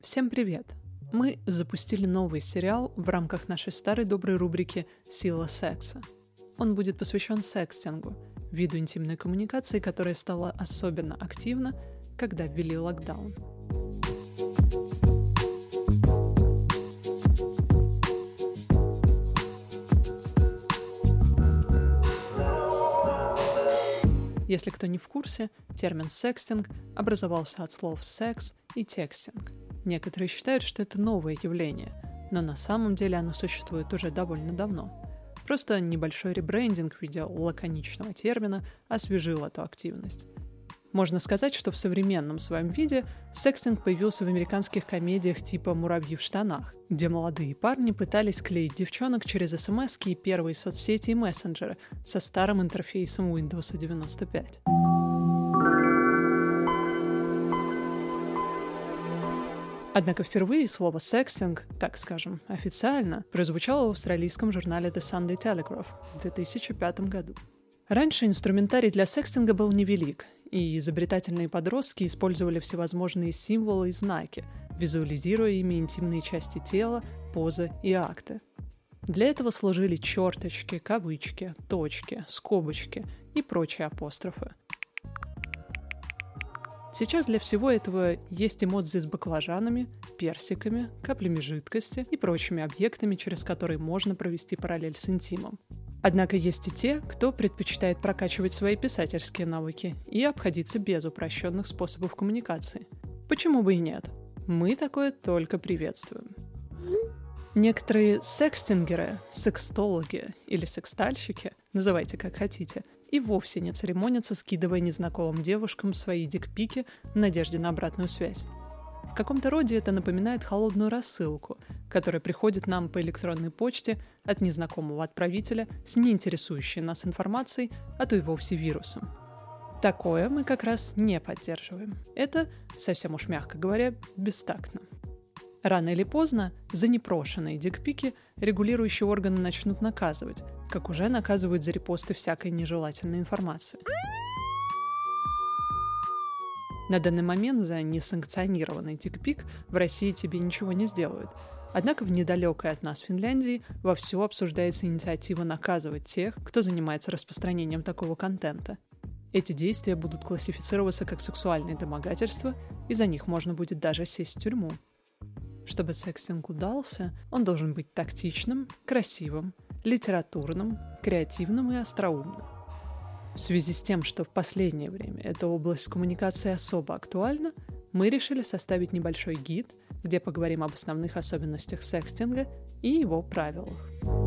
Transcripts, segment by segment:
Всем привет! Мы запустили новый сериал в рамках нашей старой доброй рубрики «Сила секса». Он будет посвящен секстингу, виду интимной коммуникации, которая стала особенно активна, когда ввели локдаун. Если кто не в курсе, термин «секстинг» образовался от слов «секс» и «текстинг». Некоторые считают, что это новое явление, но на самом деле оно существует уже довольно давно. Просто небольшой ребрендинг в виде лаконичного термина освежил эту активность. Можно сказать, что в современном своем виде секстинг появился в американских комедиях типа «Муравьи в штанах», где молодые парни пытались клеить девчонок через смски и первые соцсети и мессенджеры со старым интерфейсом Windows 95. Однако впервые слово «секстинг», так скажем, официально, прозвучало в австралийском журнале The Sunday Telegraph в 2005 году. Раньше инструментарий для секстинга был невелик, и изобретательные подростки использовали всевозможные символы и знаки, визуализируя ими интимные части тела, позы и акты. Для этого служили черточки, кавычки, точки, скобочки и прочие апострофы. Сейчас для всего этого есть эмодзи с баклажанами, персиками, каплями жидкости и прочими объектами, через которые можно провести параллель с интимом. Однако есть и те, кто предпочитает прокачивать свои писательские навыки и обходиться без упрощенных способов коммуникации. Почему бы и нет? Мы такое только приветствуем. Некоторые секстингеры, секстологи или секстальщики, называйте как хотите, и вовсе не церемонятся, скидывая незнакомым девушкам свои дикпики в надежде на обратную связь. В каком-то роде это напоминает холодную рассылку, которая приходит нам по электронной почте от незнакомого отправителя с неинтересующей нас информацией, а то и вовсе вирусом. Такое мы как раз не поддерживаем. Это, совсем уж мягко говоря, бестактно. Рано или поздно за непрошенные дикпики регулирующие органы начнут наказывать, как уже наказывают за репосты всякой нежелательной информации. На данный момент за несанкционированный дикпик в России тебе ничего не сделают. Однако в недалекой от нас Финляндии вовсю обсуждается инициатива наказывать тех, кто занимается распространением такого контента. Эти действия будут классифицироваться как сексуальные домогательства, и за них можно будет даже сесть в тюрьму. Чтобы секстинг удался, он должен быть тактичным, красивым, литературным, креативным и остроумным. В связи с тем, что в последнее время эта область коммуникации особо актуальна, мы решили составить небольшой гид, где поговорим об основных особенностях секстинга и его правилах.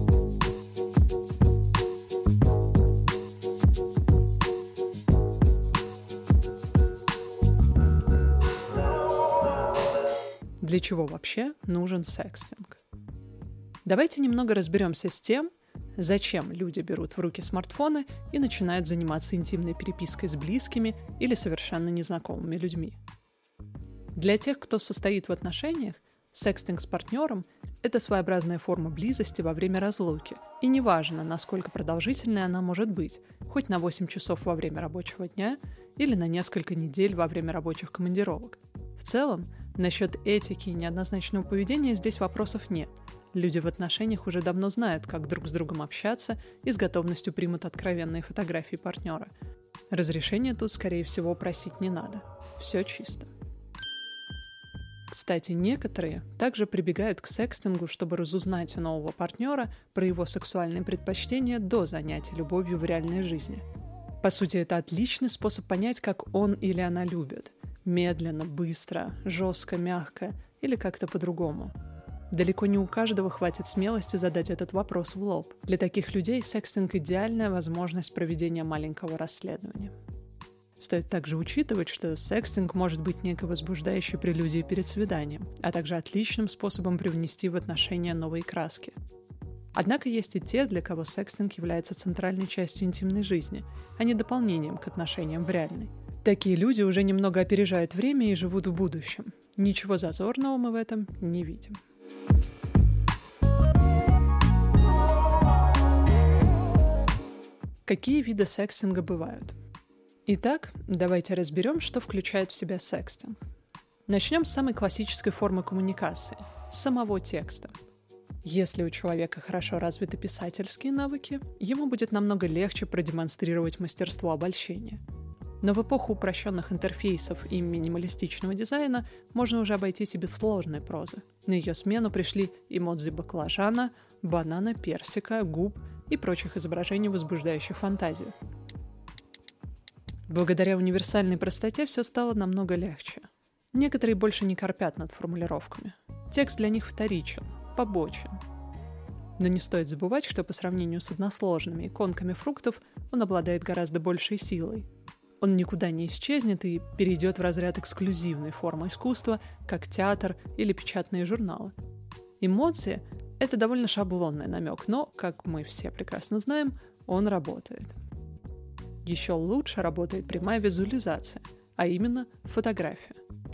Для чего вообще нужен секстинг? Давайте немного разберемся с тем, зачем люди берут в руки смартфоны и начинают заниматься интимной перепиской с близкими или совершенно незнакомыми людьми. Для тех, кто состоит в отношениях, секстинг с партнером – это своеобразная форма близости во время разлуки, и неважно, насколько продолжительной она может быть, хоть на 8 часов во время рабочего дня или на несколько недель во время рабочих командировок. В целом, насчет этики и неоднозначного поведения здесь вопросов нет. Люди в отношениях уже давно знают, как друг с другом общаться и с готовностью примут откровенные фотографии партнера. Разрешения тут, скорее всего, просить не надо. Все чисто. Кстати, некоторые также прибегают к секстингу, чтобы разузнать у нового партнера про его сексуальные предпочтения до занятий любовью в реальной жизни. По сути, это отличный способ понять, как он или она любит. Медленно, быстро, жестко, мягко или как-то по-другому. Далеко не у каждого хватит смелости задать этот вопрос в лоб. Для таких людей секстинг – идеальная возможность проведения маленького расследования. Стоит также учитывать, что секстинг может быть некой возбуждающей прелюдией перед свиданием, а также отличным способом привнести в отношения новые краски. Однако есть и те, для кого секстинг является центральной частью интимной жизни, а не дополнением к отношениям в реальной. Такие люди уже немного опережают время и живут в будущем. Ничего зазорного мы в этом не видим. Какие виды секстинга бывают? Итак, давайте разберем, что включает в себя секстинг. Начнем с самой классической формы коммуникации – самого текста. Если у человека хорошо развиты писательские навыки, ему будет намного легче продемонстрировать мастерство обольщения. Но в эпоху упрощенных интерфейсов и минималистичного дизайна можно уже обойтись и без сложной прозы. На ее смену пришли эмодзи баклажана, банана, персика, губ и прочих изображений, возбуждающих фантазию. Благодаря универсальной простоте все стало намного легче. Некоторые больше не корпят над формулировками. Текст для них вторичен, побочен. Но не стоит забывать, что по сравнению с односложными иконками фруктов он обладает гораздо большей силой. Он никуда не исчезнет и перейдет в разряд эксклюзивной формы искусства, как театр или печатные журналы. Эмодзи — это довольно шаблонный намек, но, как мы все прекрасно знаем, он работает. Еще лучше работает прямая визуализация, а именно фотография.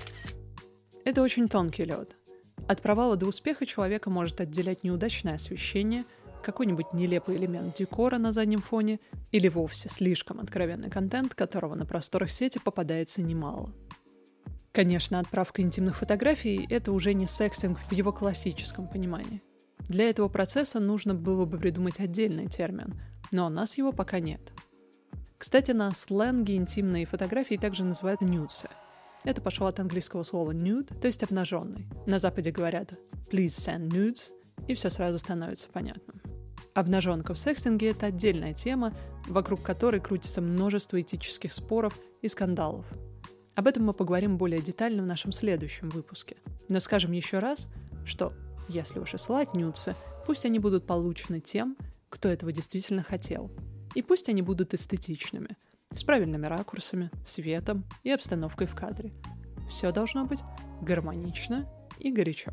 Это очень тонкий лед. От провала до успеха человека может отделять неудачное освещение, какой-нибудь нелепый элемент декора на заднем фоне или вовсе слишком откровенный контент, которого на просторах сети попадается немало. Конечно, отправка интимных фотографий – это уже не секстинг в его классическом понимании. Для этого процесса нужно было бы придумать отдельный термин, но у нас его пока нет. Кстати, на сленге интимные фотографии также называют нюдсы. Это пошло от английского слова nude, то есть обнаженный. На Западе говорят «please send nudes», и все сразу становится понятным. Обнаженка в секстинге – это отдельная тема, вокруг которой крутится множество этических споров и скандалов. Об этом мы поговорим более детально в нашем следующем выпуске. Но скажем еще раз, что, если уж и слать нюдсы, пусть они будут получены тем, кто этого действительно хотел. И пусть они будут эстетичными, с правильными ракурсами, светом и обстановкой в кадре. Все должно быть гармонично и горячо.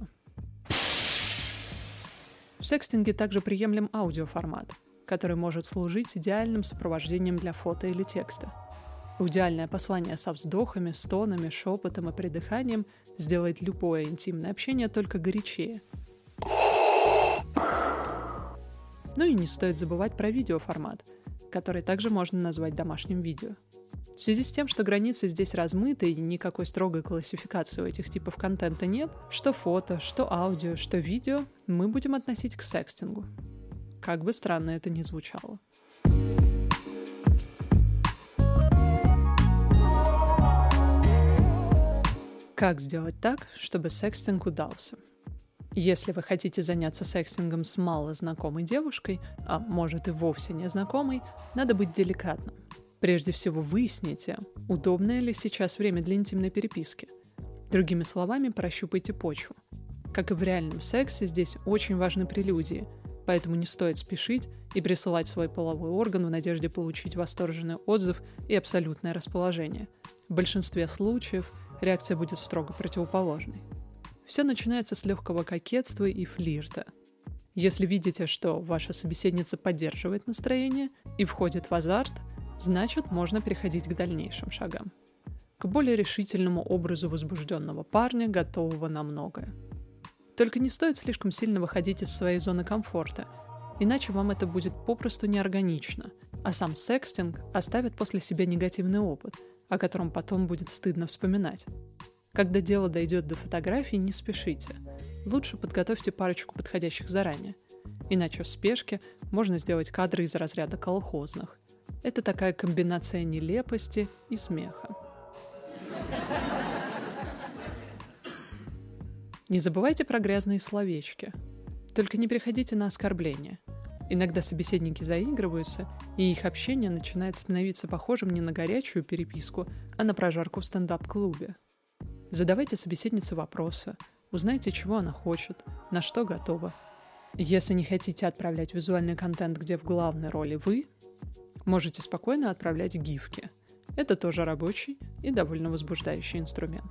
В секстинге также приемлем аудиоформат, который может служить идеальным сопровождением для фото или текста. Аудиальное послание со вздохами, стонами, шепотом и придыханием сделает любое интимное общение только горячее. Ну и не стоит забывать про видеоформат, который также можно назвать домашним видео. В связи с тем, что границы здесь размыты и никакой строгой классификации у этих типов контента нет, что фото, что аудио, что видео мы будем относить к секстингу. Как бы странно это ни звучало. Как сделать так, чтобы секстинг удался? Если вы хотите заняться секстингом с малознакомой девушкой, а может и вовсе незнакомой, надо быть деликатным. Прежде всего выясните, удобное ли сейчас время для интимной переписки. Другими словами, прощупайте почву. Как и в реальном сексе, здесь очень важны прелюдии, поэтому не стоит спешить и присылать свой половой орган в надежде получить восторженный отзыв и абсолютное расположение. В большинстве случаев реакция будет строго противоположной. Все начинается с легкого кокетства и флирта. Если видите, что ваша собеседница поддерживает настроение и входит в азарт, значит, можно переходить к дальнейшим шагам. К более решительному образу возбужденного парня, готового на многое. Только не стоит слишком сильно выходить из своей зоны комфорта, иначе вам это будет попросту неорганично, а сам секстинг оставит после себя негативный опыт, о котором потом будет стыдно вспоминать. Когда дело дойдет до фотографий, не спешите. Лучше подготовьте парочку подходящих заранее. Иначе в спешке можно сделать кадры из разряда колхозных. Это такая комбинация нелепости и смеха. Не забывайте про грязные словечки. Только не переходите на оскорбления. Иногда собеседники заигрываются, и их общение начинает становиться похожим не на горячую переписку, а на прожарку в стендап-клубе. Задавайте собеседнице вопросы, узнайте, чего она хочет, на что готова. Если не хотите отправлять визуальный контент, где в главной роли вы, можете спокойно отправлять гифки. Это тоже рабочий и довольно возбуждающий инструмент.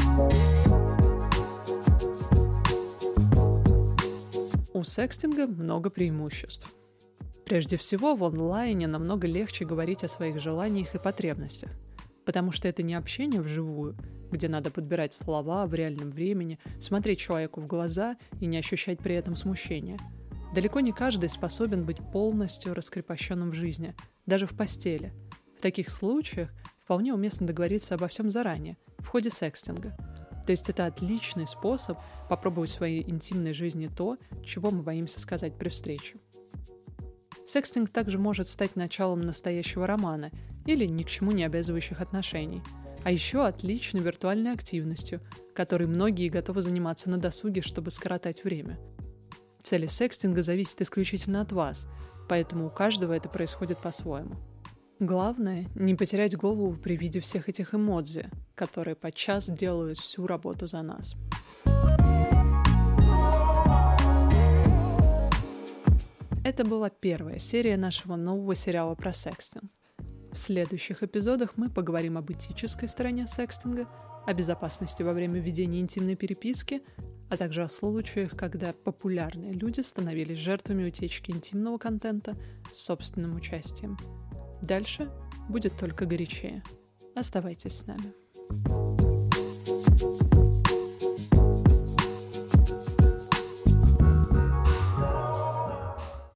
У секстинга много преимуществ. Прежде всего, в онлайне намного легче говорить о своих желаниях и потребностях, потому что это не общение вживую, где надо подбирать слова в реальном времени, смотреть человеку в глаза и не ощущать при этом смущения. Далеко не каждый способен быть полностью раскрепощенным в жизни, даже в постели. В таких случаях вполне уместно договориться обо всем заранее, в ходе секстинга. То есть это отличный способ попробовать в своей интимной жизни то, чего мы боимся сказать при встрече. Секстинг также может стать началом настоящего романа или ни к чему не обязывающих отношений, а еще отличной виртуальной активностью, которой многие готовы заниматься на досуге, чтобы скоротать время. Цели секстинга зависят исключительно от вас, поэтому у каждого это происходит по-своему. Главное — не потерять голову при виде всех этих эмодзи, которые подчас делают всю работу за нас. Это была первая серия нашего нового сериала про секстинг. В следующих эпизодах мы поговорим об этической стороне секстинга, о безопасности во время ведения интимной переписки, а также о случаях, когда популярные люди становились жертвами утечки интимного контента с собственным участием. Дальше будет только горячее. Оставайтесь с нами.